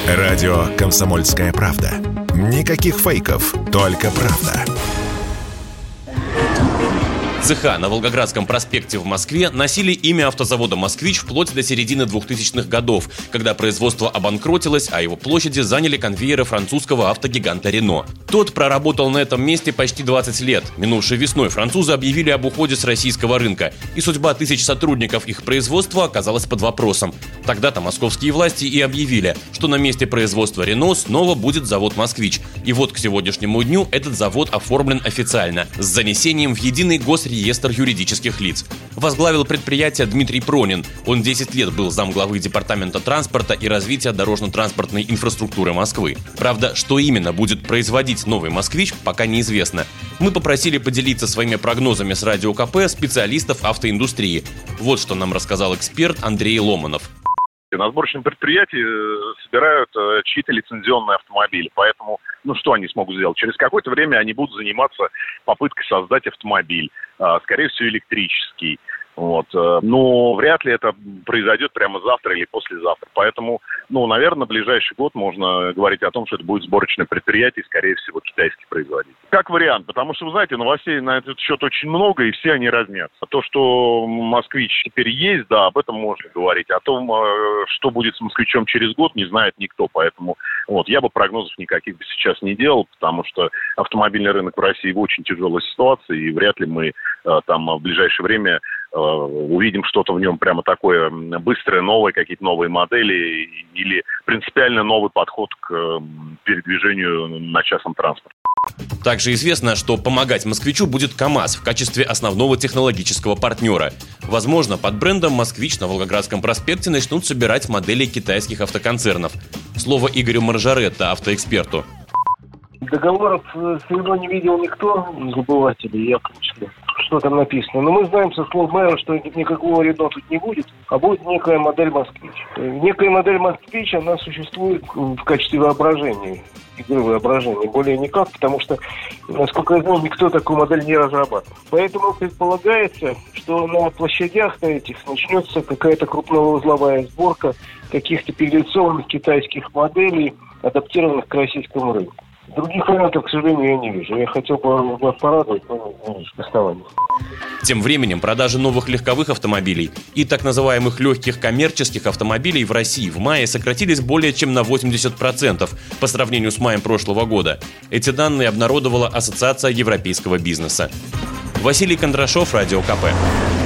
Радио «Комсомольская правда». Никаких фейков, только правда. Цеха на Волгоградском проспекте в Москве носили имя автозавода «Москвич» вплоть до середины 2000-х годов, когда производство обанкротилось, а его площади заняли конвейеры французского автогиганта «Рено». Тот проработал на этом месте почти 20 лет. Минувшей весной французы объявили об уходе с российского рынка, и судьба тысяч сотрудников их производства оказалась под вопросом. Тогда-то московские власти и объявили, что на месте производства «Рено» снова будет завод «Москвич». И вот к сегодняшнему дню этот завод оформлен официально, с занесением в единый госреестр юридических лиц. Возглавил предприятие Дмитрий Пронин. Он 10 лет был замглавы Департамента транспорта и развития дорожно-транспортной инфраструктуры Москвы. Правда, что именно будет производить новый «Москвич», пока неизвестно. Мы попросили поделиться своими прогнозами с Радио КП специалистов автоиндустрии. Вот что нам рассказал эксперт Андрей Ломанов. На сборочном предприятии собирают чьи-то лицензионные автомобили, поэтому, что они смогут сделать? Через какое-то время они будут заниматься попыткой создать автомобиль, скорее всего, электрический. Но вряд ли это произойдет прямо завтра или послезавтра. Поэтому, наверное, в ближайший год можно говорить о том, что это будет сборочное предприятие, скорее всего, китайский производитель. Как вариант, потому что, вы знаете, новостей на этот счет очень много, и все они разнятся. То, что «Москвич» теперь есть, да, об этом можно говорить. О том, что будет с «Москвичом» через год, не знает никто. Поэтому я бы прогнозов никаких бы сейчас не делал, потому что автомобильный рынок в России в очень тяжелой ситуации, и вряд ли мы там в ближайшее время увидим что-то в нем прямо такое быстрое, новое, какие-то новые модели или принципиально новый подход к передвижению на частном транспорте. Также известно, что помогать «Москвичу» будет КАМАЗ в качестве основного технологического партнера. Возможно, под брендом «Москвич» на Волгоградском проспекте начнут собирать модели китайских автоконцернов. Слово Игорю Маржаретто, автоэксперту. Договоров с Рено не видел никто из обывателей, я включил. Что там написано. Но мы знаем со слов мэра, что никакого Рено тут не будет, а будет некая модель «Москвич». Некая модель «Москвич», она существует в качестве воображения, игры воображения, более никак, потому что, насколько я знаю, никто такую модель не разрабатывал. Поэтому предполагается, что на площадях на этих начнется какая-то крупноузловая сборка каких-то перелицованных китайских моделей, адаптированных к российскому рынку. Других вариантов, к сожалению, я не вижу. Я хотел бы вас порадовать, но не вижу оснований. Тем временем продажи новых легковых автомобилей и так называемых легких коммерческих автомобилей в России в мае сократились более чем на 80% по сравнению с маем прошлого года. Эти данные обнародовала Ассоциация европейского бизнеса. Василий Кондрашов, Радио КП.